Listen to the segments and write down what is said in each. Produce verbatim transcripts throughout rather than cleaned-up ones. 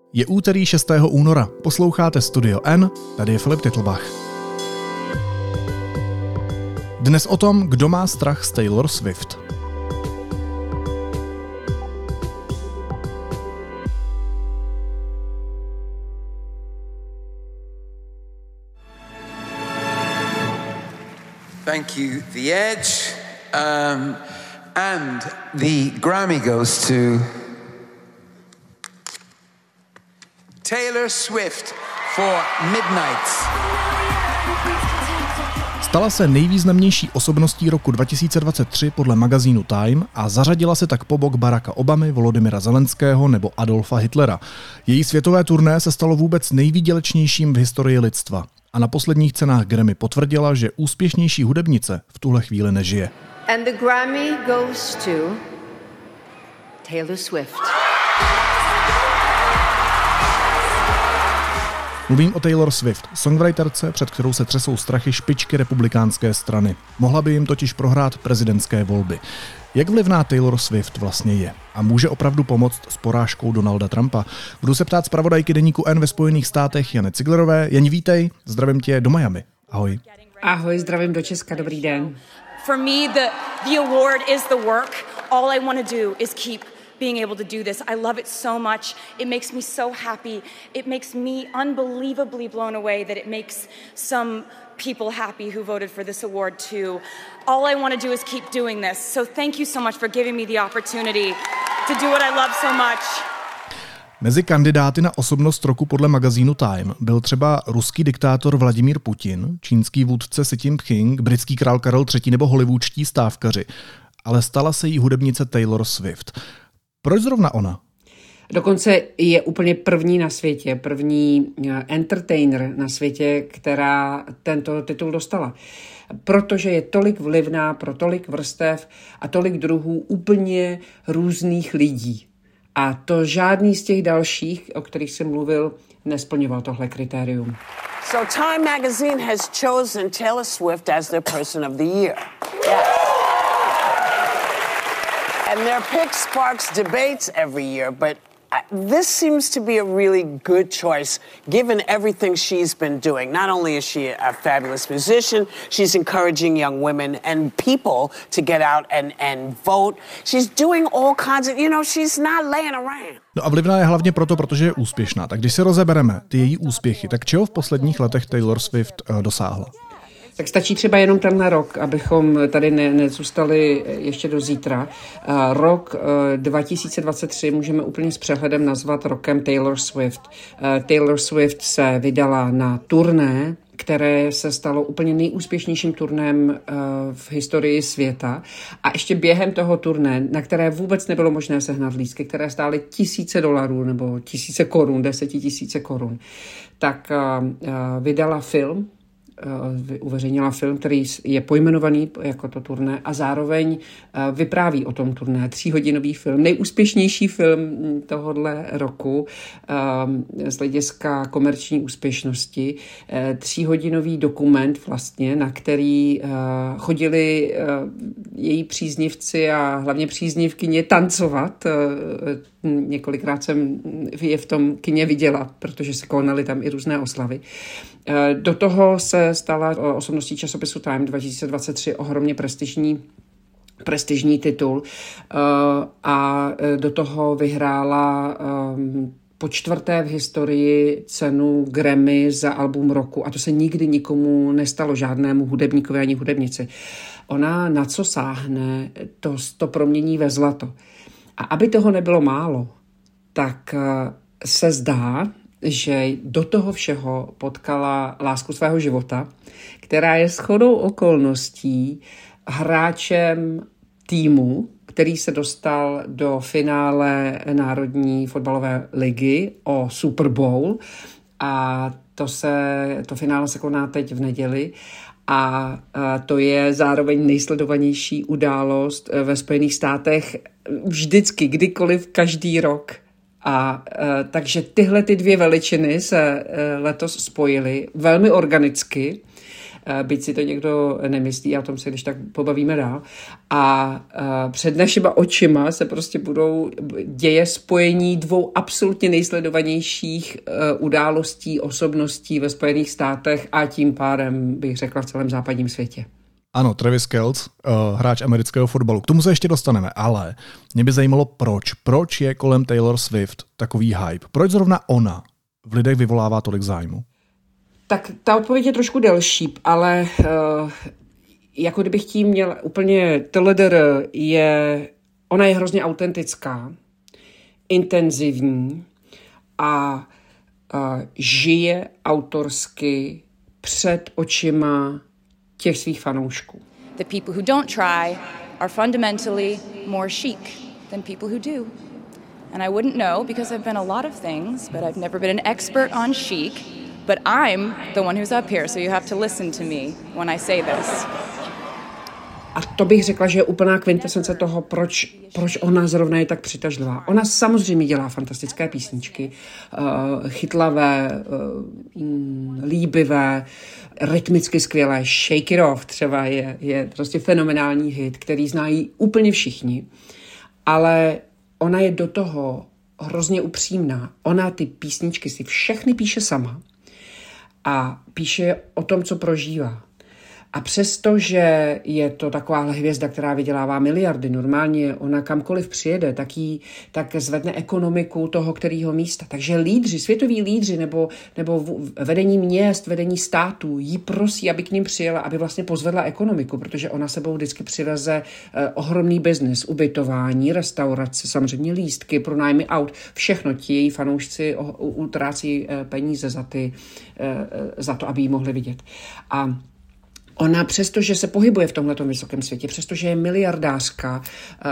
Je úterý šestého února, posloucháte Studio N, tady je Filip Titlbach. Dnes o tom, kdo má strach z Taylor Swift. Thank you, The Edge. Um, and the Grammy goes to Taylor Swift for Midnights. Stala se nejvýznamnější osobností roku dva tisíce dvacet tři podle magazínu Time a zařadila se tak po bok Baracka Obamy, Volodymyra Zelenského nebo Adolfa Hitlera. Její světové turné se stalo vůbec nejvýdělečnějším v historii lidstva. A na posledních cenách Grammy potvrdila, že úspěšnější hudebnice v tuhle chvíli nežije. And the Grammy goes to Taylor Swift. Mluvím o Taylor Swift, songwriterce, před kterou se třesou strachy špičky republikánské strany. Mohla by jim totiž prohrát prezidentské volby. Jak vlivná Taylor Swift vlastně je? A může opravdu pomoct s porážkou Donalda Trumpa? Budu se ptát zpravodajky deníku N ve Spojených státech Jany Ciglerové. Jani, vítej, zdravím tě do Miami. Ahoj. Ahoj, zdravím do Česka, dobrý den. For me, the, the award is the work. All I want to do is keep being able to do this. I love it so much. It makes me so happy. It makes me unbelievably blown away that it makes some people happy who voted for this award too. All I want to do is keep doing this. So thank you so much for giving me the opportunity to do what I love so much. Mezi kandidáty na osobnost roku podle magazínu Time byl třeba ruský diktátor Vladimír Putin, čínský vůdce Xi Jinping, britský král Karel třetí nebo hollywoodští stávkaři. Ale stala se jí hudebnice Taylor Swift. Proč zrovna ona? Dokonce je úplně první na světě, první entertainer na světě, která tento titul dostala. Protože je tolik vlivná pro tolik vrstev a tolik druhů úplně různých lidí. A to žádný z těch dalších, o kterých jsem mluvil, nesplňoval tohle kritérium. So Time magazine has chosen Taylor Swift as their person of the year. Yes. And their pick sparks debates every year, but this seems to be a really good choice given everything she's been doing. Not only is she a fabulous musician, she's encouraging young women and people to get out and, and vote. She's doing all kinds of, you know, she's not laying around. No a vlivná je hlavně proto, protože je úspěšná. Tak když si rozebereme ty její úspěchy, tak čeho v posledních letech Taylor Swift dosáhla? Tak stačí třeba jenom tenhle rok, abychom tady ne, nezůstali ještě do zítra. Uh, rok uh, dva tisíce dvacet tři můžeme úplně s přehledem nazvat rokem Taylor Swift. Uh, Taylor Swift se vydala na turné, které se stalo úplně nejúspěšnějším turnem uh, v historii světa. A ještě během toho turné, na které vůbec nebylo možné sehnat lístky, které stály tisíce dolarů nebo tisíce korun, desetitisíce korun, tak uh, uh, vydala film, uveřejnila film, který je pojmenovaný jako to turné a zároveň vypráví o tom turné. Tříhodinový film, nejúspěšnější film tohohle roku z hlediska komerční úspěšnosti. Tříhodinový dokument vlastně, na který chodili její příznivci a hlavně příznivkyně tancovat. Několikrát jsem je v tom kině viděla, protože se konaly tam i různé oslavy. Do toho se stala osobností časopisu Time dva tisíce dvacet tři ohromně prestižní, prestižní titul a do toho vyhrála po čtvrté v historii cenu Grammy za album roku a to se nikdy nikomu nestalo, žádnému hudebníkovi ani hudebnici. Ona na co sáhne, to, to promění ve zlato. A aby toho nebylo málo, tak se zdá, že do toho všeho potkala lásku svého života, která je shodou okolností hráčem týmu, který se dostal do finále Národní fotbalové ligy o Super Bowl a to, se, to finále se koná teď v neděli. A to je zároveň nejsledovanější událost ve Spojených státech vždycky, kdykoliv, každý rok. A e, takže tyhle ty dvě veličiny se e, letos spojily velmi organicky. byť si to někdo nemyslí, a o tom se když tak pobavíme dál. A před našima očima se prostě budou děje spojení dvou absolutně nejsledovanějších událostí, osobností ve Spojených státech a tím pádem bych řekla v celém západním světě. Ano, Travis Kelce, uh, hráč amerického fotbalu. K tomu se ještě dostaneme, ale mě by zajímalo proč. Proč je kolem Taylor Swift takový hype? Proč zrovna ona v lidech vyvolává tolik zájmu? Tak ta odpověď je trošku delší, ale uh, jako kdybych tím měl úplně Taylor je, ona je hrozně autentická, intenzivní a uh, žije autorsky před očima těch svých fanoušků. The people who don't try are fundamentally more chic than people who do. And I wouldn't know because I've been a lot of things, but I've never been an expert on chic, but I'm the one who's up here, so you have to listen to me when I say this. A to bych řekla, že je úplná kvintesence toho, proč, proč ona zrovna je tak přitažlivá. Ona samozřejmě dělá fantastické písničky, uh, chytlavé, uh, líbivé, rytmicky skvělé. Shake It Off třeba je, je prostě fenomenální hit, který znají úplně všichni, ale ona je do toho hrozně upřímná. Ona ty písničky si všechny píše sama a píše o tom, co prožívá. A přesto, že je to takováhle hvězda, která vydělává miliardy, normálně ona kamkoliv přijede, tak, jí, tak zvedne ekonomiku toho, kterého místa. Takže lídři, světoví lídři nebo, nebo vedení měst, vedení států jí prosí, aby k ním přijela, aby vlastně pozvedla ekonomiku, protože ona sebou vždycky přiveze eh, ohromný biznis, ubytování, restaurace, samozřejmě lístky, pronájmy aut, všechno. Ti její fanoušci utrácí eh, peníze za, ty, eh, za to, aby ji mohli vidět. A ona přestože se pohybuje v tomhletom vysokém světě, přestože je miliardářka,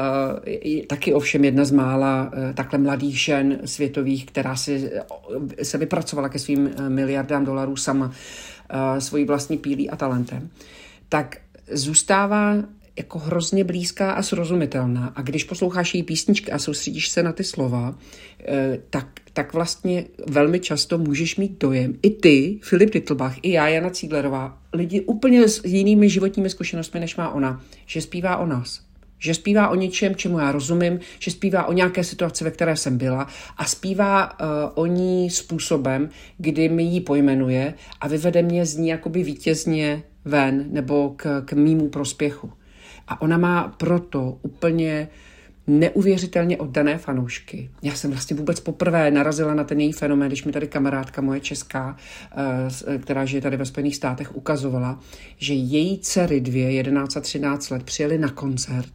taky ovšem jedna z mála takhle mladých žen světových, která si, se vypracovala ke svým miliardám dolarů sama svojí vlastní pílí a talentem, tak zůstává jako hrozně blízká a srozumitelná. A když posloucháš její písničky a soustředíš se na ty slova, tak, tak vlastně velmi často můžeš mít dojem, i ty, Filip Titlbach, i já, Jana Cídlerová, lidi úplně s jinými životními zkušenostmi, než má ona, že zpívá o nás. Že zpívá o něčem, čemu já rozumím, že zpívá o nějaké situaci, ve které jsem byla a zpívá uh, o ní způsobem, kdy mi ji pojmenuje a vyvede mě z ní jakoby vítězně ven nebo k, k mýmu prospěchu. A ona má proto úplně neuvěřitelně oddané fanoušky. Já jsem vlastně vůbec poprvé narazila na ten její fenomén, když mi tady kamarádka moje česká, která žije tady ve Spojených státech, ukazovala, že její dcery dvě, jedenáct a třináct let, přijeli na koncert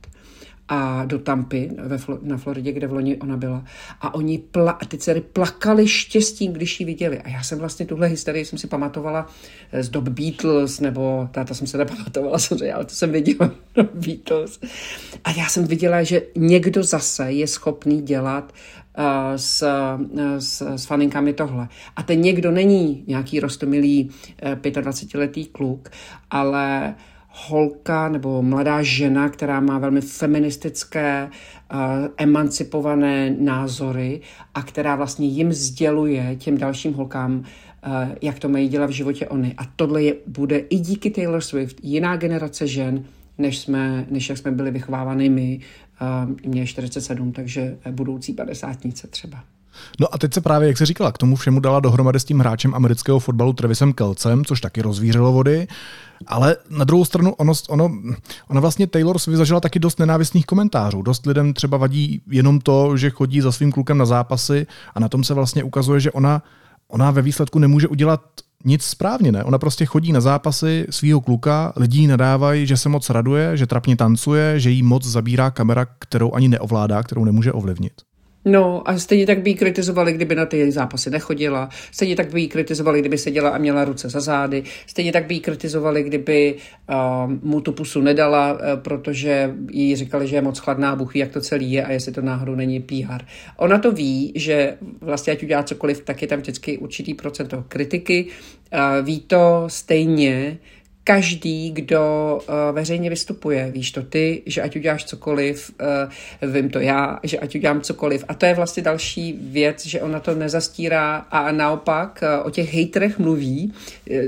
a do Tampy ve Flo- na Floridě, kde v loni ona byla. A oni, pla- ty dcery plakali štěstím, když ji viděli. A já jsem vlastně tuhle hysterii jsem si pamatovala z dob Beatles, nebo táta jsem se nepamatovala, samozřejmě, ale to jsem viděla Beatles. A já jsem viděla, že někdo zase je schopný dělat uh, s, uh, s, s faninkami tohle. A ten někdo není nějaký roztomilý uh, dvacetiletý kluk, ale holka nebo mladá žena, která má velmi feministické, uh, emancipované názory a která vlastně jim sděluje těm dalším holkám, uh, jak to mají dělat v životě oni. A tohle je, bude i díky Taylor Swift jiná generace žen, než, jsme, než jak jsme byli vychovávány my. Uh, mě je čtyřicet sedm, takže budoucí padesátnice třeba. No a teď se právě, jak se říkala, k tomu všemu dala dohromady s tím hráčem amerického fotbalu Travisem Kelcem, což taky rozvířilo vody, ale na druhou stranu ono, ono, ona vlastně Taylor Swift zažila taky dost nenávistných komentářů. Dost lidem třeba vadí jenom to, že chodí za svým klukem na zápasy a na tom se vlastně ukazuje, že ona, ona ve výsledku nemůže udělat nic správně, ne? Ona prostě chodí na zápasy svýho kluka, lidi nadávají, že se moc raduje, že trapně tancuje, že jí moc zabírá kamera, kterou ani neovládá, kterou nemůže ovlivnit. No a stejně tak by jí kritizovali, kdyby na ty zápasy nechodila, stejně tak by jí kritizovali, kdyby seděla a měla ruce za zády, stejně tak by jí kritizovali, kdyby uh, mu tu pusu nedala, uh, protože jí říkali, že je moc chladná, Bůh ví, jak to celý je a jestli to náhodou není P R. Ona to ví, že vlastně ať udělá cokoliv, tak je tam vždycky určitý procent kritiky, uh, ví to stejně každý, kdo uh, veřejně vystupuje. Víš to ty, že ať uděláš cokoliv, uh, vím to já, že ať udělám cokoliv. A to je vlastně další věc, že ona to nezastírá a naopak uh, o těch hejterech mluví.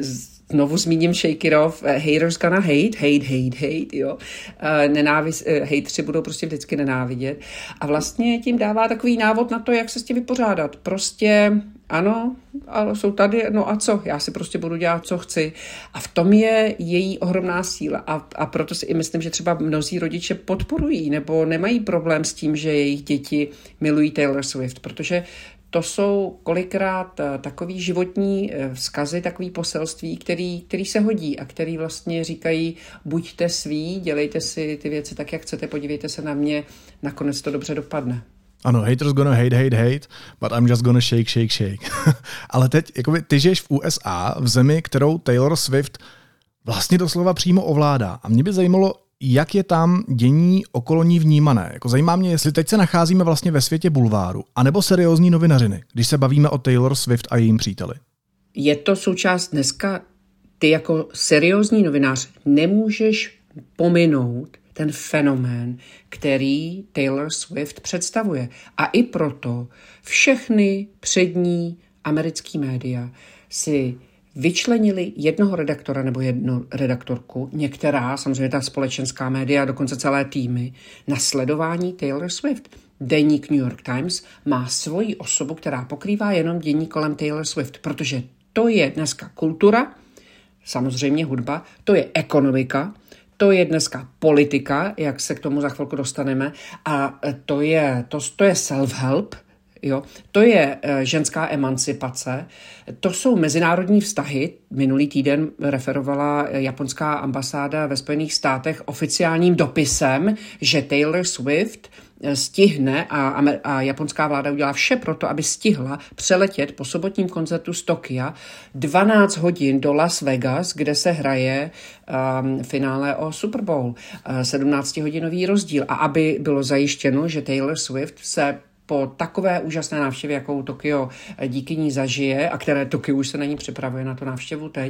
znovu zmíním Shake It Off, haters gonna hate, hate, hate, hate, jo. Nenávis, hejtři budou prostě vždycky nenávidět. A vlastně tím dává takový návod na to, jak se s tím vypořádat. Prostě ano, ale jsou tady, no a co? Já si prostě budu dělat, co chci. A v tom je její ohromná síla. A, a proto si i myslím, že třeba mnozí rodiče podporují nebo nemají problém s tím, že jejich děti milují Taylor Swift, protože to jsou kolikrát takový životní vzkazy, takový poselství, který, který se hodí a který vlastně říkají, buďte sví, dělejte si ty věci tak, jak chcete, podívejte se na mě, nakonec to dobře dopadne. Ano, haters gonna hate, hate, hate, but I'm just gonna shake, shake, shake. Ale teď, jakoby, ty žiješ v U S A, v zemi, kterou Taylor Swift vlastně doslova přímo ovládá. A mě by zajímalo, jak je tam dění okolo ní vnímané. Jako zajímá mě, jestli teď se nacházíme vlastně ve světě bulváru, anebo seriózní novinařiny, když se bavíme o Taylor Swift a jejím příteli. Je to součást dneska, ty jako seriózní novinář nemůžeš pominout ten fenomén, který Taylor Swift představuje. A i proto všechny přední americké média si vyčlenili jednoho redaktora nebo jednu redaktorku, některá, samozřejmě ta společenská média, dokonce celé týmy, na sledování Taylor Swift. Deník New York Times má svoji osobu, která pokrývá jenom dění kolem Taylor Swift, protože to je dneska kultura, samozřejmě hudba, to je ekonomika, to je dneska politika, jak se k tomu za chvilku dostaneme, a to je, to, to je self-help, jo? To je e, ženská emancipace, to jsou mezinárodní vztahy. Minulý týden referovala japonská ambasáda ve Spojených státech oficiálním dopisem, že Taylor Swift stihne a, a japonská vláda udělá vše pro to, aby stihla přeletět po sobotním koncertu z Tokia dvanáct hodin do Las Vegas, kde se hraje um, finále o Super Bowl, uh, sedmnáctihodinový rozdíl, a aby bylo zajištěno, že Taylor Swift se po takové úžasné návštěvě, jakou Tokio díky ní zažije, a které Tokio už se na ní připravuje na tu návštěvu teď,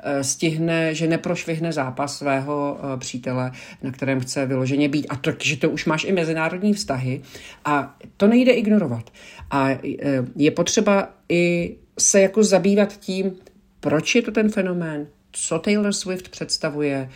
stihne, že neprošvihne zápas svého přítele, na kterém chce vyloženě být. A to, že to už máš i mezinárodní vztahy a to nejde ignorovat. A je potřeba i se jako zabývat tím, proč je to ten fenomén, co Taylor Swift představuje,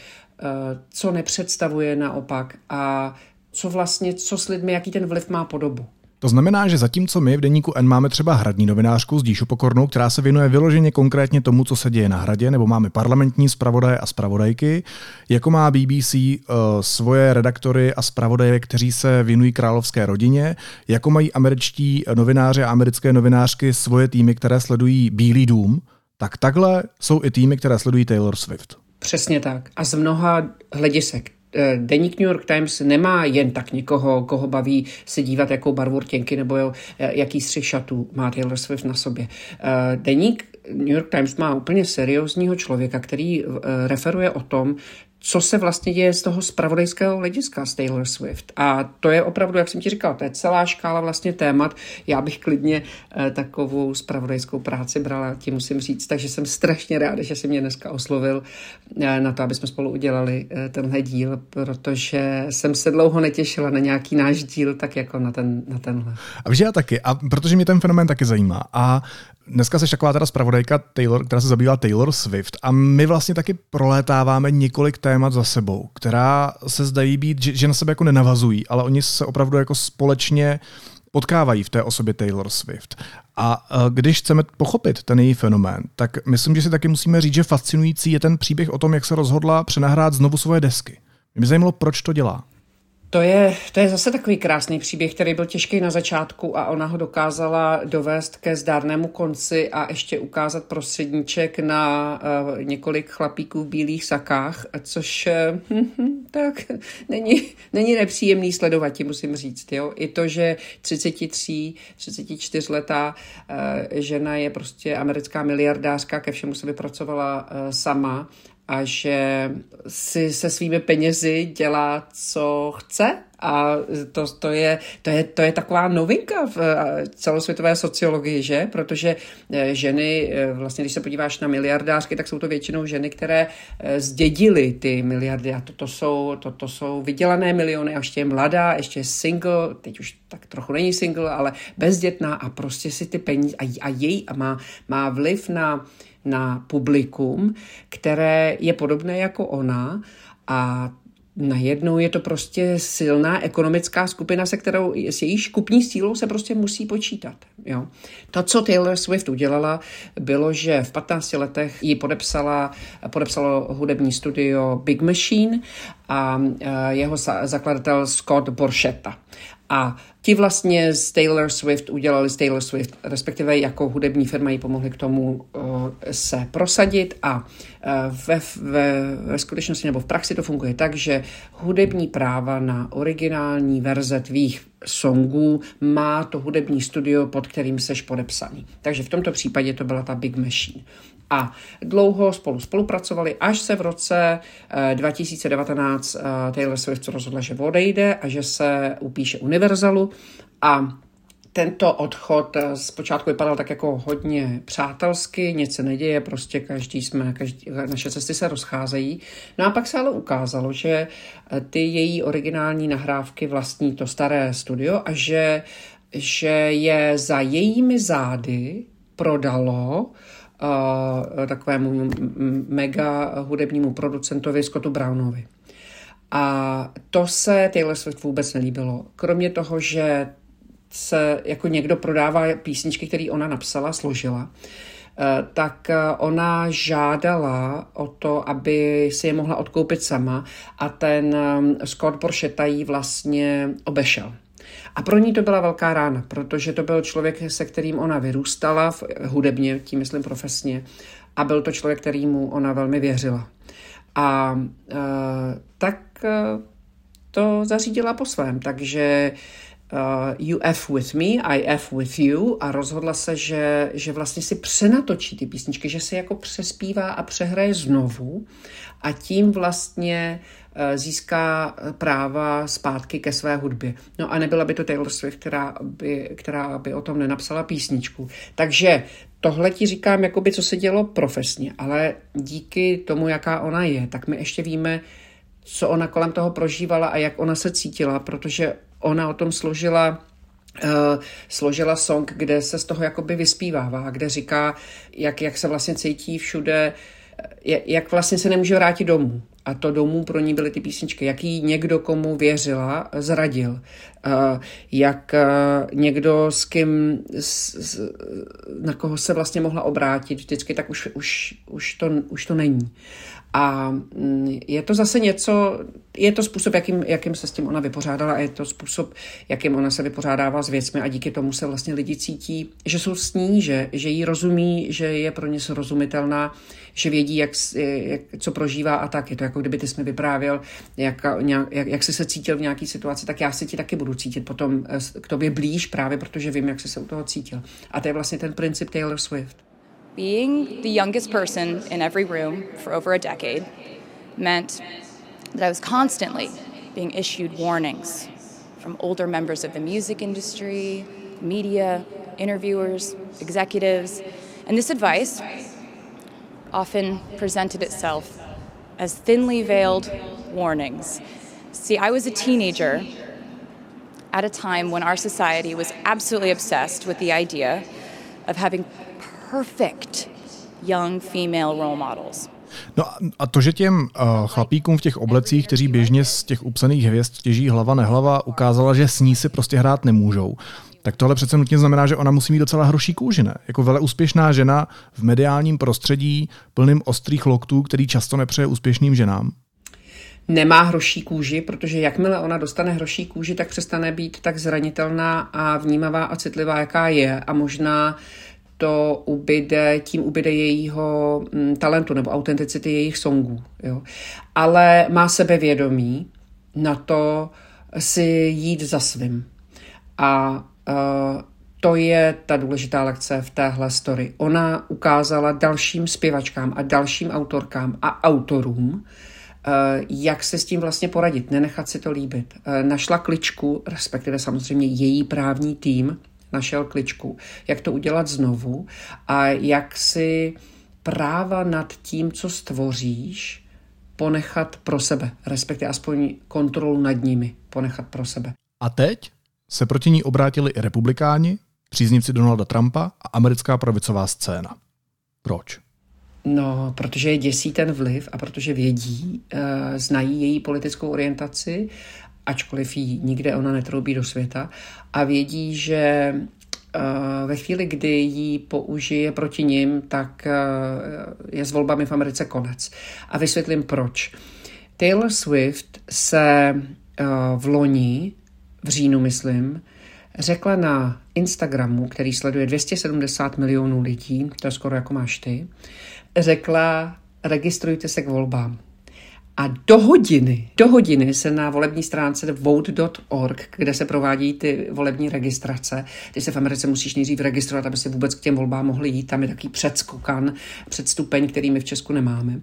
co nepředstavuje naopak a co vlastně, co s lidmi, jaký ten vliv má podobu. To znamená, že zatímco my v deníku N máme třeba hradní novinářku Zdíšu Pokornou, která se věnuje vyloženě konkrétně tomu, co se děje na hradě, nebo máme parlamentní zpravodaje a zpravodajky, jako má B B C uh, svoje redaktory a zpravodaje, kteří se věnují královské rodině, jako mají američtí novináři a americké novinářky svoje týmy, které sledují Bílý dům, tak takhle jsou i týmy, které sledují Taylor Swift. Přesně tak. A z mnoha hledisek. Deník New York Times nemá jen tak někoho, koho baví se dívat, jakou barvu rtěnky nebo jaký střih šatů má Taylor Swift na sobě. Deník New York Times má úplně seriózního člověka, který referuje o tom, co se vlastně děje z toho zpravodajského hlediska z Taylor Swift. A to je opravdu, jak jsem ti říkal, to je celá škála vlastně témat. Já bych klidně eh, takovou zpravodajskou práci brala, ti musím říct. Takže jsem strašně ráda, že jsi mě dneska oslovil eh, na to, aby jsme spolu udělali eh, tenhle díl, protože jsem se dlouho netěšila na nějaký náš díl, tak jako na, ten, na tenhle. A víš, já taky. A protože mě ten fenomén taky zajímá. A dneska seš taková teda zpravodajka Taylor, která se zabývá Taylor Swift, a my vlastně taky prolétáváme několik témat za sebou, která se zdají být, že, že na sebe jako nenavazují, ale oni se opravdu jako společně potkávají v té osobě Taylor Swift. A když chceme pochopit ten její fenomén, tak myslím, že si taky musíme říct, že fascinující je ten příběh o tom, jak se rozhodla přenahrát znovu svoje desky. Mě by zajímalo, proč to dělá. To je, to je zase takový krásný příběh, který byl těžký na začátku a ona ho dokázala dovést ke zdárnému konci a ještě ukázat prostředníček na uh, několik chlapíků v bílých sakách, což uh, tak není, není nepříjemný sledovat, ti musím říct. Jo? I to, že třicet tři, třicet čtyři letá uh, žena je prostě americká miliardářka, ke všemu se vypracovala uh, sama, a že si se svými penězi dělá, co chce. A to, to, je, to, je, to je taková novinka v celosvětové sociologii, že? Protože ženy, vlastně když se podíváš na miliardářky, tak jsou to většinou ženy, které zdědily ty miliardy. A to, to, jsou, to, to jsou vydělané miliony, a ještě je mladá, ještě je single, teď už tak trochu není single, ale bezdětná a prostě si ty peníze a, a její a má, má vliv na na publikum, které je podobné jako ona a najednou je to prostě silná ekonomická skupina, se kterou s jejíž kupní sílou se prostě musí počítat. Jo. To, co Taylor Swift udělala, bylo, že v patnácti letech ji podepsala, podepsalo hudební studio Big Machine a jeho zakladatel Scott Borchetta. A ti vlastně z Taylor Swift udělali z Taylor Swift, respektive jako hudební firma jí pomohli k tomu uh, se prosadit a uh, ve, ve, ve skutečnosti nebo v praxi to funguje tak, že hudební práva na originální verze tvých songů má to hudební studio, pod kterým seš podepsaný. Takže v tomto případě to byla ta Big Machine. A dlouho spolu spolupracovali, až se v roce dva tisíce devatenáct Taylor Swift rozhodla, že odejde a že se upíše Universalu. A tento odchod zpočátku vypadal tak jako hodně přátelsky, nic se neděje, prostě každý jsme, každý, naše cesty se rozcházejí. No a pak se ale ukázalo, že ty její originální nahrávky vlastní to staré studio a že, že je za jejími zády prodalo Uh, takovému mega hudebnímu producentovi Scottu Brownovi. A to se Taylor Swift vůbec nelíbilo. Kromě toho, že se jako někdo prodává písničky, které ona napsala, složila, uh, tak ona žádala o to, aby si je mohla odkoupit sama a ten um, Scott Borchetta jí vlastně obešel. A pro ní to byla velká rána, protože to byl člověk, se kterým ona vyrůstala, hudebně, tím myslím profesně, a byl to člověk, kterýmu ona velmi věřila. A uh, tak uh, to zařídila po svém, takže uh, you F with me, I F with you a rozhodla se, že, že vlastně si přenatočí ty písničky, že se jako přespívá a přehraje znovu a tím vlastně získá práva zpátky ke své hudbě. No a nebyla by to Taylor Swift, která by, která by o tom nenapsala písničku. Takže tohle ti říkám, jakoby, co se dělo profesně, ale díky tomu, jaká ona je, tak my ještě víme, co ona kolem toho prožívala a jak ona se cítila, protože ona o tom složila Uh, složila song, kde se z toho jakoby vyspívává, kde říká, jak, jak se vlastně cítí všude, jak vlastně se nemůže vrátit domů. A to domů pro ní byly ty písničky. Jak jí někdo, komu věřila, zradil. Uh, jak uh, někdo, s kým, s, s, na koho se vlastně mohla obrátit vždycky, tak už, už, už, to, už to není. A je to zase něco, je to způsob, jakým, jakým se s tím ona vypořádala a je to způsob, jakým ona se vypořádává s věcmi a díky tomu se vlastně lidi cítí, že jsou s ní, že, že jí rozumí, že je pro ně srozumitelná, že vědí, jak, jak, co prožívá a tak. Je to jako kdyby ty jsi mi vyprávěl, jak, jak, jak jsi se cítil v nějaké situaci, tak já se ti taky budu cítit potom k tobě blíž právě, protože vím, jak jsi se u toho cítil. A to je vlastně ten princip Taylor Swift. Being the youngest person in every room for over a decade meant that I was constantly being issued warnings from older members of the music industry, media, interviewers, executives, and this advice often presented itself as thinly veiled warnings. See, I was a teenager at a time when our society was absolutely obsessed with the idea of having perfect young female role models. No a to, že těm uh, chlapíkům v těch oblecích, kteří běžně z těch upsaných hvězd těží hlava nehlava, ukázala, že s ní si prostě hrát nemůžou, tak tohle přece nutně znamená, že ona musí mít docela hroší kůži, ne? Jako veleúspěšná žena v mediálním prostředí plným ostrých loktů, který často nepřeje úspěšným ženám. Nemá hroší kůži, protože jakmile ona dostane hroší kůži, tak přestane být tak zranitelná a vnímavá a citlivá, jaká je. A možná to ubyde, tím ubyde jejího mm, talentu nebo autenticity jejich songů. Jo. Ale má sebevědomí na to si jít za svým. A uh, to je ta důležitá lekce v téhle story. Ona ukázala dalším zpěvačkám a dalším autorkám a autorům, jak se s tím vlastně poradit, nenechat si to líbit. Našla kličku, respektive samozřejmě její právní tým našel kličku, jak to udělat znovu a jak si práva nad tím, co stvoříš, ponechat pro sebe, respektive aspoň kontrolu nad nimi ponechat pro sebe. A teď se proti ní obrátili i republikáni, příznivci Donalda Trumpa a americká pravicová scéna. Proč? No, protože je děsí ten vliv a protože vědí, znají její politickou orientaci, ačkoliv jí nikde ona netroubí do světa, a vědí, že ve chvíli, kdy ji použije proti nim, tak je s volbami v Americe konec. A vysvětlím proč. Taylor Swift se v loni, v říjnu myslím, řekla na Instagramu, který sleduje dvě stě sedmdesát milionů lidí, to je skoro jako máš ty, řekla, registrujte se k volbám. A do hodiny, do hodiny se na volební stránce vote tečka org, kde se provádí ty volební registrace, ty se v Americe musíš nejdřív registrovat, aby si vůbec k těm volbám mohli jít, tam je takový předskokan, předstupeň, který my v Česku nemáme,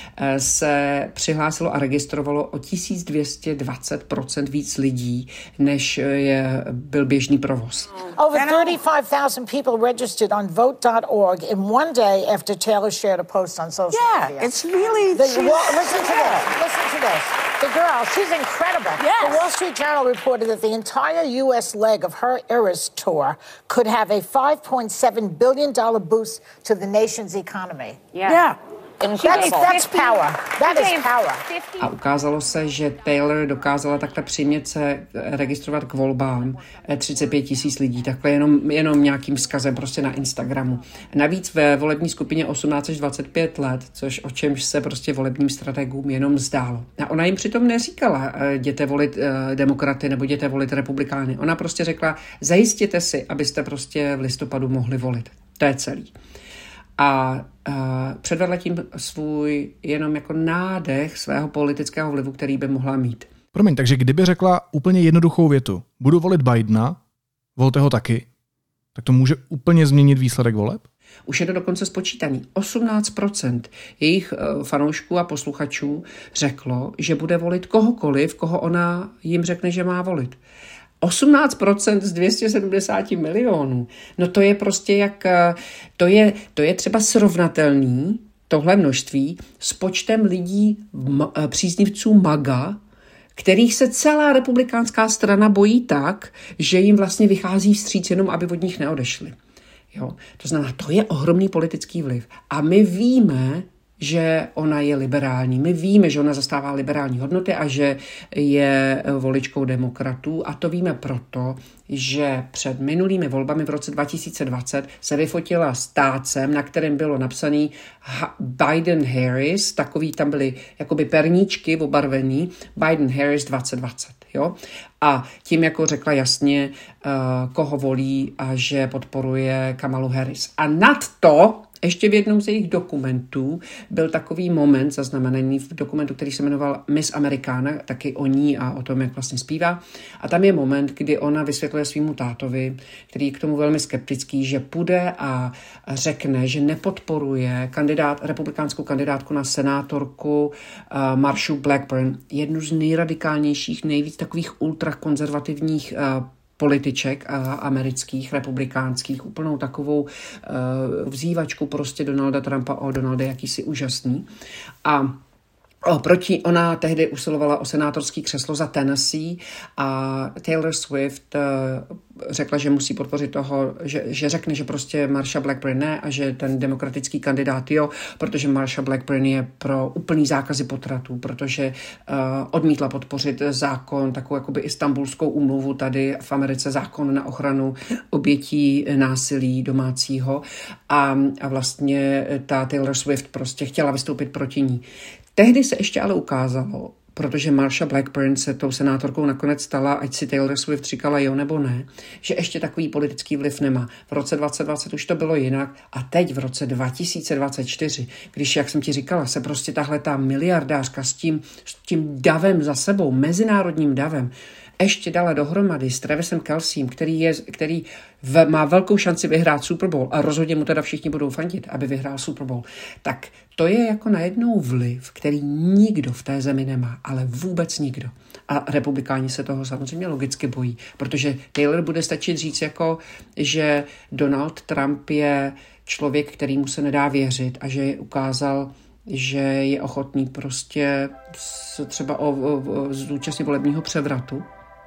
se přihlásilo a registrovalo o tisíc dvě stě dvacet procent víc lidí, než je, byl běžný provoz. Over thirty-five thousand people registered on vote dot org in one day after Taylor shared a post on social yeah, media. It's really... The, well, listen to this. Listen to this. The girl, she's incredible. Yes. The Wall Street Journal reported that the entire U S leg of her Eras tour could have a five point seven billion dollars boost to the nation's economy. Yeah. yeah. That's, that's power. That is power. A ukázalo se, že Taylor dokázala takhle přimět se registrovat k volbám třicet pět tisíc lidí, takhle jenom, jenom nějakým vzkazem prostě na Instagramu. Navíc ve volební skupině osmnáct až dvacet pět let, což o čemž se prostě volebním strategům jenom zdálo. A ona jim přitom neříkala, jděte volit demokraty nebo jděte volit republikány. Ona prostě řekla, zajistěte si, abyste prostě v listopadu mohli volit. To je celý. A uh, předvedla tím svůj jenom jako nádech svého politického vlivu, který by mohla mít. Promiň, takže kdyby řekla úplně jednoduchou větu, budu volit Bidena, volte ho taky, tak to může úplně změnit výsledek voleb? Už je to dokonce spočítaný. osmnáct procent jejich uh, fanoušků a posluchačů řeklo, že bude volit kohokoliv, koho ona jim řekne, že má volit. osmnáct procent z dvě stě sedmdesát milionů. No to je prostě jak, to je, to je třeba srovnatelný, tohle množství, s počtem lidí, m- příznivců MAGA, kterých se celá republikánská strana bojí tak, že jim vlastně vychází vstříc jenom, aby od nich neodešli. Jo? To znamená, to je ohromný politický vliv. A my víme, že ona je liberální. My víme, že ona zastává liberální hodnoty a že je voličkou demokratů, a to víme proto, že před minulými volbami v roce dva tisíce dvacet se vyfotila s tácem, na kterém bylo napsaný Biden-Harris, takový tam byly jakoby perníčky obarvený, Biden-Harris dvacet dvacet. Jo? A tím jako řekla jasně, uh, koho volí a že podporuje Kamalu Harris. A nad to ještě v jednom z jejich dokumentů byl takový moment zaznamenaný v dokumentu, který se jmenoval Miss Americana, taky o ní a o tom, jak vlastně zpívá. A tam je moment, kdy ona vysvětluje svýmu tátovi, který je k tomu velmi skeptický, že půjde a řekne, že nepodporuje kandidát, republikánskou kandidátku na senátorku uh, Marshu Blackburn, jednu z nejradikálnějších, nejvíc takových ultrakonzervativních uh, političek amerických, republikánských, úplnou takovou uh, vzývačku prostě Donalda Trumpa, o Donalde, jakýsi úžasný. A O, proti ona tehdy usilovala o senátorský křeslo za Tennessee a Taylor Swift uh, řekla, že musí podpořit toho, že, že řekne, že prostě Marsha Blackburn ne a že ten demokratický kandidát jo, protože Marsha Blackburn je pro úplný zákazy potratů, protože uh, odmítla podpořit zákon, takovou jakoby istanbulskou úmluvu tady v Americe, zákon na ochranu obětí násilí domácího a, a vlastně ta Taylor Swift prostě chtěla vystoupit proti ní. Tehdy se ještě ale ukázalo, protože Marsha Blackburn se tou senátorkou nakonec stala, ať si Taylor Swift říkala jo nebo ne, že ještě takový politický vliv nemá. V roce dvacet dvacet už to bylo jinak a teď v roce dva tisíce dvacet čtyři, když, jak jsem ti říkala, se prostě tahle ta miliardářka s tím, s tím davem za sebou, mezinárodním davem, ještě dala dohromady s Travisem Kelcem, který, je, který v, má velkou šanci vyhrát Super Bowl a rozhodně mu teda všichni budou fandit, aby vyhrál Super Bowl, tak to je jako najednou vliv, který nikdo v té zemi nemá, ale vůbec nikdo. A republikáni se toho samozřejmě logicky bojí, protože Taylor bude stačit říct, jako, že Donald Trump je člověk, kterýmu se nedá věřit a že ukázal, že je ochotný prostě třeba o, o, o zúčastnit volebního převratu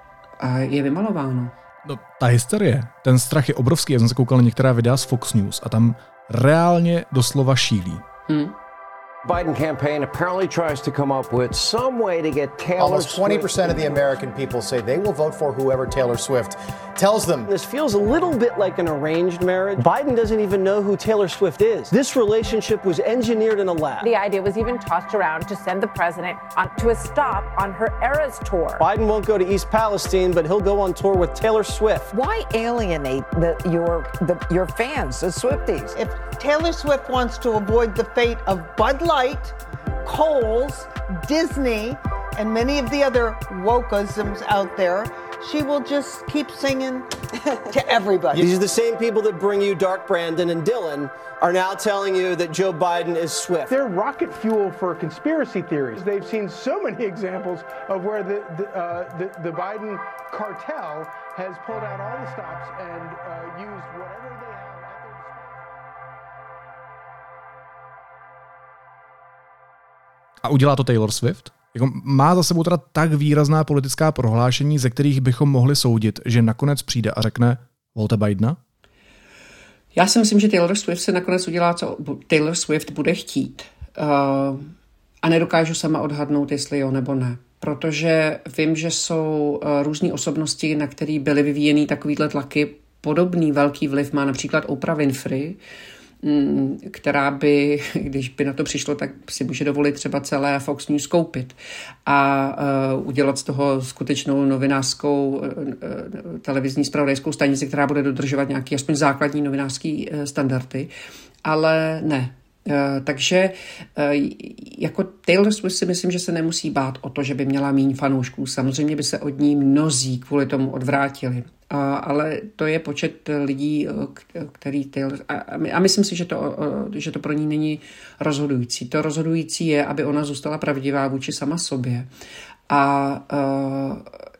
a je vymalováno. No, ta hysterie, ten strach je obrovský. Já jsem se koukal na některá videa z Fox News a tam reálně doslova šílí. Hmm. Biden campaign apparently tries to come up with some way to get Taylor Almost twenty percent Swift. of the American people say they will vote for whoever Taylor Swift tells them. This feels a little bit like an arranged marriage. Biden doesn't even know who Taylor Swift is. This relationship was engineered in a lab. The idea was even tossed around to send the president on, to a stop on her Eras tour. Biden won't go to East Palestine, but he'll go on tour with Taylor Swift. Why alienate the, your the, your fans, the Swifties? If Taylor Swift wants to avoid the fate of Bud Light, Kohl's, Disney, and many of the other wokeisms out there, she will just keep singing to everybody. These are the same people that bring you Dark Brandon and Dylan are now telling you that Joe Biden is Swift. They're rocket fuel for conspiracy theories. They've seen so many examples of where the the, uh, the, the Biden cartel has pulled out all the stops and uh, used whatever they have at their disposal. A udělá to Taylor Swift? Jako má za sebou teda tak výrazná politická prohlášení, ze kterých bychom mohli soudit, že nakonec přijde a řekne volte Bidena? Já si myslím, že Taylor Swift se nakonec udělá, co Taylor Swift bude chtít. Uh, a nedokážu sama odhadnout, jestli jo nebo ne. Protože vím, že jsou uh, různé osobnosti, na které byly vyvíjený takovýhle tlaky. Podobný velký vliv má například Oprah Winfrey, která by, když by na to přišlo, tak si může dovolit třeba celé Fox News koupit a uh, udělat z toho skutečnou novinářskou uh, televizní zpravodajskou stanici, která bude dodržovat nějaký aspoň základní novinářský uh, standardy, ale ne. Uh, takže uh, jako Taylor Swift si myslím, že se nemusí bát o to, že by měla míň fanoušků. Samozřejmě by se od ní mnozí kvůli tomu odvrátili. Uh, ale to je počet lidí, který Taylor... A, a myslím si, že to, uh, že to pro ní není rozhodující. To rozhodující je, aby ona zůstala pravdivá vůči sama sobě. A uh,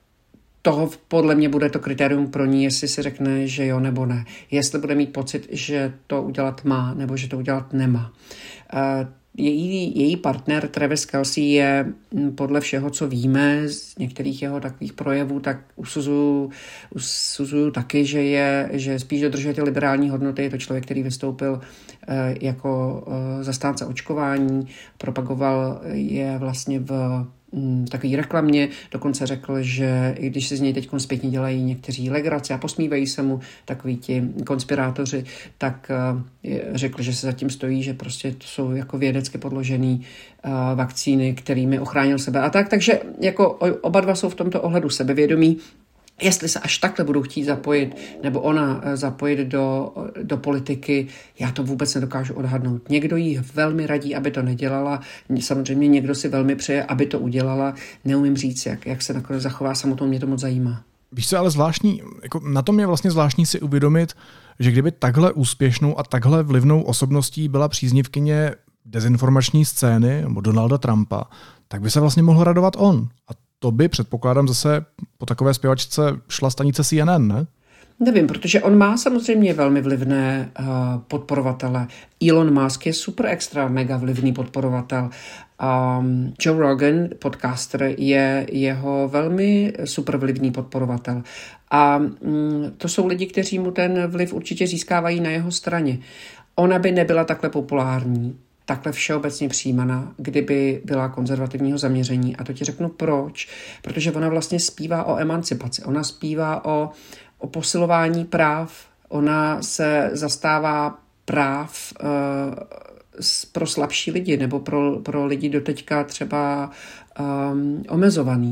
toho podle mě bude to kritérium pro ní, jestli si řekne, že jo nebo ne. Jestli bude mít pocit, že to udělat má, nebo že to udělat nemá. Uh, Její, její partner Travis Kelce je podle všeho, co víme z některých jeho takových projevů, tak usuzuju, usuzuju taky, že je, že spíš dodržuje ty liberální hodnoty. Je to člověk, který vystoupil eh, jako eh, zastánce očkování, propagoval je vlastně v takový reklamě, dokonce řekl, že i když si z něj teď zpětně dělají někteří legraci a posmívají se mu takoví ti konspirátoři, tak řekl, že se zatím stojí, že prostě to jsou jako vědecky podložený vakcíny, kterými ochránil sebe a tak, takže jako oba dva jsou v tomto ohledu sebevědomí. Jestli se až takhle budou chtít zapojit, nebo ona zapojit do, do politiky, já to vůbec nedokážu odhadnout. Někdo jí velmi radí, aby to nedělala, samozřejmě někdo si velmi přeje, aby to udělala. Neumím říct, jak, jak se nakonec zachová, samotnou mě to moc zajímá. Víš co, ale zvláštní, jako na tom je vlastně zvláštní si uvědomit, že kdyby takhle úspěšnou a takhle vlivnou osobností byla příznivkyně dezinformační scény nebo Donalda Trumpa, tak by se vlastně mohl radovat on. A to by, předpokládám, zase po takové zpěvačce šla stanice C N N, ne? Nevím, protože on má samozřejmě velmi vlivné uh, podporovatele. Elon Musk je super extra mega vlivný podporovatel. Um, Joe Rogan, podcaster, je jeho velmi super vlivný podporovatel. A um, to jsou lidi, kteří mu ten vliv určitě získávají na jeho straně. Ona by nebyla takhle populární, takhle všeobecně přijímaná, kdyby byla konzervativního zaměření. A to ti řeknu proč. Protože ona vlastně zpívá o emancipaci. Ona zpívá o, o posilování práv. Ona se zastává práv uh, pro slabší lidi nebo pro, pro lidi doteďka třeba um, omezovaný.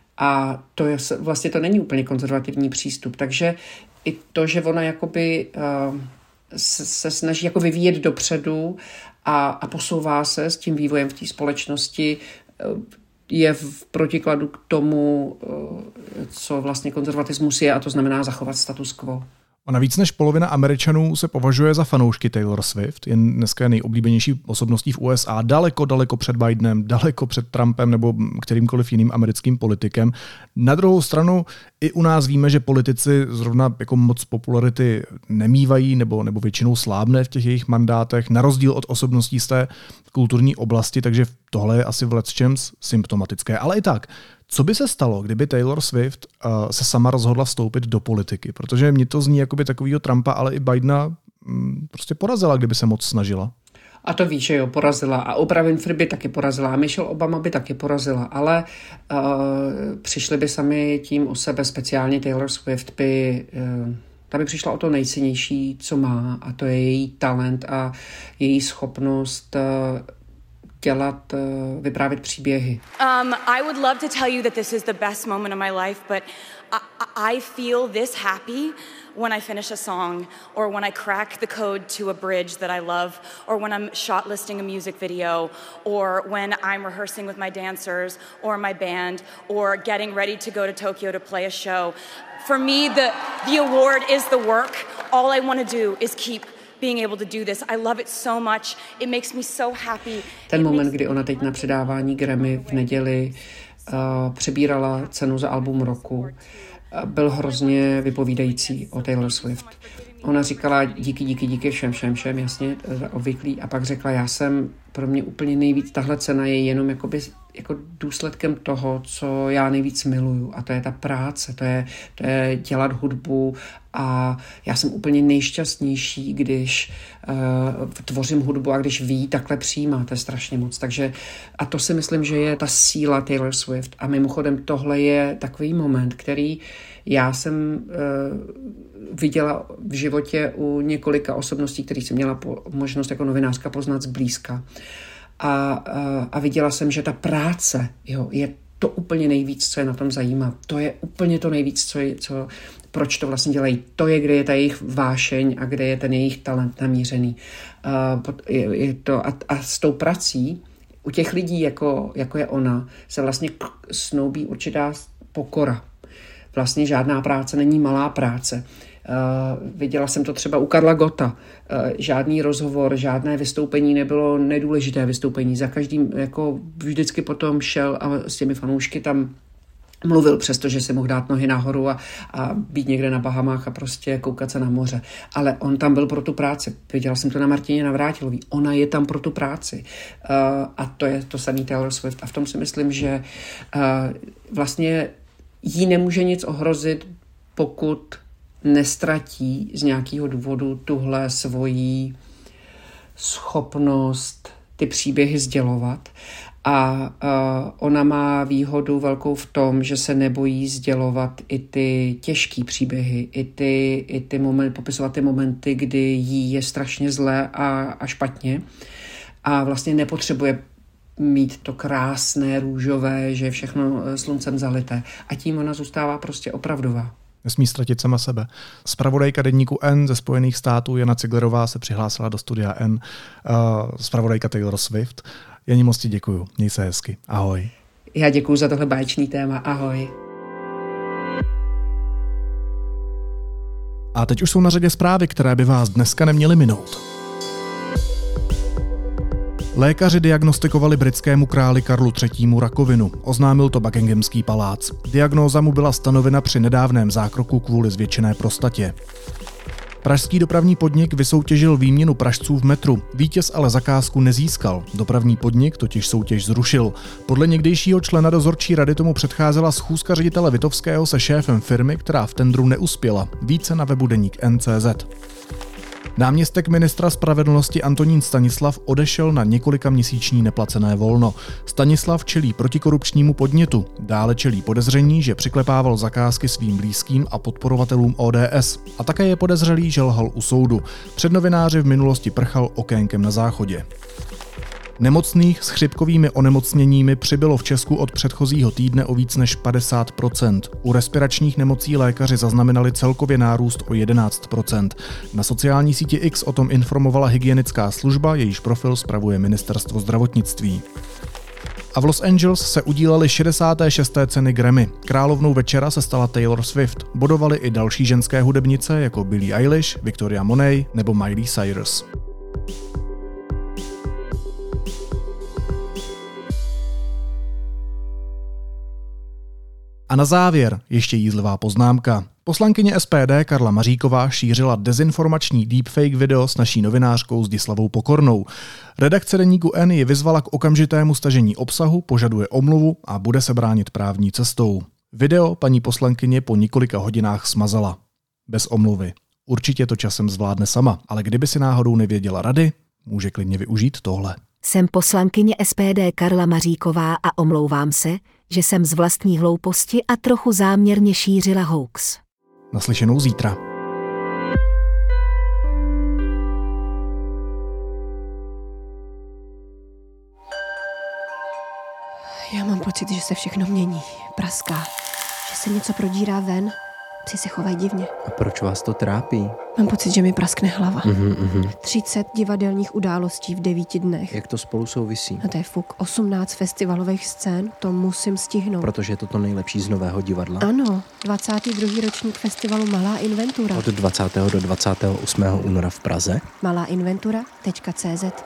A to je, vlastně to není úplně konzervativní přístup. Takže i to, že ona jakoby uh, se, se snaží jako vyvíjet dopředu a, a posouvá se s tím vývojem v té společnosti, je v protikladu k tomu, co vlastně konzervatismus je, a to znamená zachovat status quo. A navíc než polovina Američanů se považuje za fanoušky Taylor Swift, je dneska nejoblíbenější osobností v U S A, daleko, daleko před Bidenem, daleko před Trumpem nebo kterýmkoliv jiným americkým politikem. Na druhou stranu i u nás víme, že politici zrovna jako moc popularity nemívají nebo, nebo většinou slábne v těch jejich mandátech, na rozdíl od osobností z té kulturní oblasti, takže tohle je asi v lecčems symptomatické. Ale i tak, co by se stalo, kdyby Taylor Swift uh, se sama rozhodla vstoupit do politiky? Protože mě to zní jakoby takovýho Trumpa, ale i Bidena um, prostě porazila, kdyby se moc snažila. A to víš, že jo, porazila. A Oprah Winfrey by taky porazila. A Michelle Obama by taky porazila. Ale uh, přišli by sami tím o sebe, speciálně Taylor Swift by... Uh, ta by přišla o to nejcennější, co má. A to je její talent a její schopnost uh, dělat, uh, vyprávět příběhy. Um, I would love to tell you that this is the best moment of my life, but I, I feel this happy when I finish a song, or when I crack the code to a bridge that I love, or when I'm shot listing a music video, or when I'm rehearsing with my dancers or my band, or getting ready to go to Tokyo to play a show. For me, the, the award is the work. All I want to do is keep being able to do this. I love it so much. It makes me so happy. Ten moment, kdy ona teď na předávání Grammy v neděli uh, přebírala cenu za album roku, byl hrozně vypovídající o Taylor Swift. Ona říkala díky, díky, díky všem, všem, všem, jasně, obvyklý. A pak řekla, já jsem, pro mě úplně nejvíc, tahle cena je jenom jakoby, jako důsledkem toho, co já nejvíc miluju. A to je ta práce, to je, to je dělat hudbu. A já jsem úplně nejšťastnější, když uh, tvořím hudbu a když vy ji takhle přijímáte strašně moc. Takže, a to si myslím, že je ta síla Taylor Swift. A mimochodem tohle je takový moment, který já jsem uh, viděla v životě u několika osobností, které jsem měla po, možnost jako novinářka poznat zblízka. A, uh, a viděla jsem, že ta práce jo, je to úplně nejvíc, co je na tom zajímá. To je úplně to nejvíc, co je, co, proč to vlastně dělají. To je, kde je ta jejich vášeň a kde je ten jejich talent namířený. Uh, je, je to, a, a s tou prací u těch lidí, jako, jako je ona, se vlastně snoubí určitá pokora. Vlastně žádná práce není malá práce. Uh, viděla jsem to třeba u Karla Gotta. Uh, žádný rozhovor, žádné vystoupení nebylo nedůležité vystoupení. Za každým jako vždycky potom šel a s těmi fanoušky tam mluvil, přestože si mohl dát nohy nahoru a, a být někde na Bahamách a prostě koukat se na moře. Ale on tam byl pro tu práci. Viděla jsem to na Martině Navrátilový. Ona je tam pro tu práci. Uh, a to je to samý Taylor Swift. A v tom si myslím, že uh, vlastně jí nemůže nic ohrozit, pokud nestratí z nějakého důvodu tuhle svoji schopnost ty příběhy sdělovat. A uh, ona má výhodu velkou v tom, že se nebojí sdělovat i ty těžké příběhy, i ty, i ty momenty, popisovat ty momenty, kdy jí je strašně zlé a, a špatně. A vlastně nepotřebuje mít to krásné, růžové, že je všechno sluncem zalité. A tím ona zůstává prostě opravdová. Nesmí ztratit sama sebe. Zpravodajka deníku N ze Spojených států Jana Ciglerová se přihlásila do studia N. Uh, zpravodajka Taylor Swift. Janí, moc ti děkuju. Měj se hezky. Ahoj. Já děkuju za tohle báječný téma. Ahoj. A teď už jsou na řadě zprávy, které by vás dneska neměly minout. Lékaři diagnostikovali britskému králi Karlu třetímu rakovinu. Oznámil to Buckinghamský palác. Diagnóza mu byla stanovena při nedávném zákroku kvůli zvětšené prostatě. Pražský dopravní podnik vysoutěžil výměnu pražců v metru. Vítěz ale zakázku nezískal. Dopravní podnik totiž soutěž zrušil. Podle někdejšího člena dozorčí rady tomu předcházela schůzka ředitele Vitovského se šéfem firmy, která v tendru neuspěla. Více na webu deník N tečka cé zet. Náměstek ministra spravedlnosti Antonín Stanislav odešel na několika měsíční neplacené volno. Stanislav čelí protikorupčnímu podnětu. Dále čelí podezření, že přiklepával zakázky svým blízkým a podporovatelům O D S. A také je podezřelý, že lhal u soudu. Před novináři v minulosti prchal okénkem na záchodě. Nemocných s chřipkovými onemocněními přibylo v Česku od předchozího týdne o víc než padesát procent. U respiračních nemocí lékaři zaznamenali celkově nárůst o jedenáct procent. Na sociální síti X o tom informovala hygienická služba, jejíž profil spravuje Ministerstvo zdravotnictví. A v Los Angeles se udílely šedesáté šesté ceny Grammy. Královnou večera se stala Taylor Swift. Bodovaly i další ženské hudebnice jako Billie Eilish, Victoria Monet nebo Miley Cyrus. A na závěr ještě jízlivá poznámka. Poslankyně S P D Karla Maříková šířila dezinformační deepfake video s naší novinářkou Zdislavou Pokornou. Redakce deníku N ji vyzvala k okamžitému stažení obsahu, požaduje omluvu a bude se bránit právní cestou. Video paní poslankyně po několika hodinách smazala. Bez omluvy. Určitě to časem zvládne sama, ale kdyby si náhodou nevěděla rady, může klidně využít tohle. Jsem poslankyně S P D Karla Maříková a omlouvám se, že jsem z vlastní hlouposti a trochu záměrně šířila hoax. Naslyšenou zítra. Já mám pocit, že se všechno mění, praská, že se něco prodírá ven, psi se chovají divně. A proč vás to trápí? Mám pocit, že mi praskne hlava. Uhum, uhum. třicet divadelních událostí v devíti dnech. Jak to spolu souvisí? No to je fuk. osmnáct festivalových scén, to musím stihnout. Protože je to to nejlepší z Nového divadla? Ano, dvacátý druhý ročník festivalu Malá inventura. Od dvacátého do dvacátého osmého února v Praze? malá inventura tečka cé zet.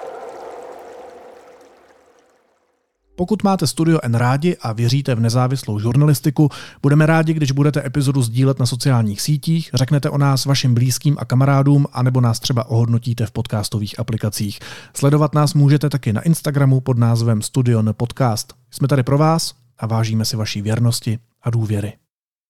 Pokud máte Studio N rádi a věříte v nezávislou žurnalistiku, budeme rádi, když budete epizodu sdílet na sociálních sítích, řeknete o nás vašim blízkým a kamarádům, anebo nás třeba ohodnotíte v podcastových aplikacích. Sledovat nás můžete taky na Instagramu pod názvem Studio N Podcast. Jsme tady pro vás a vážíme si vaší věrnosti a důvěry.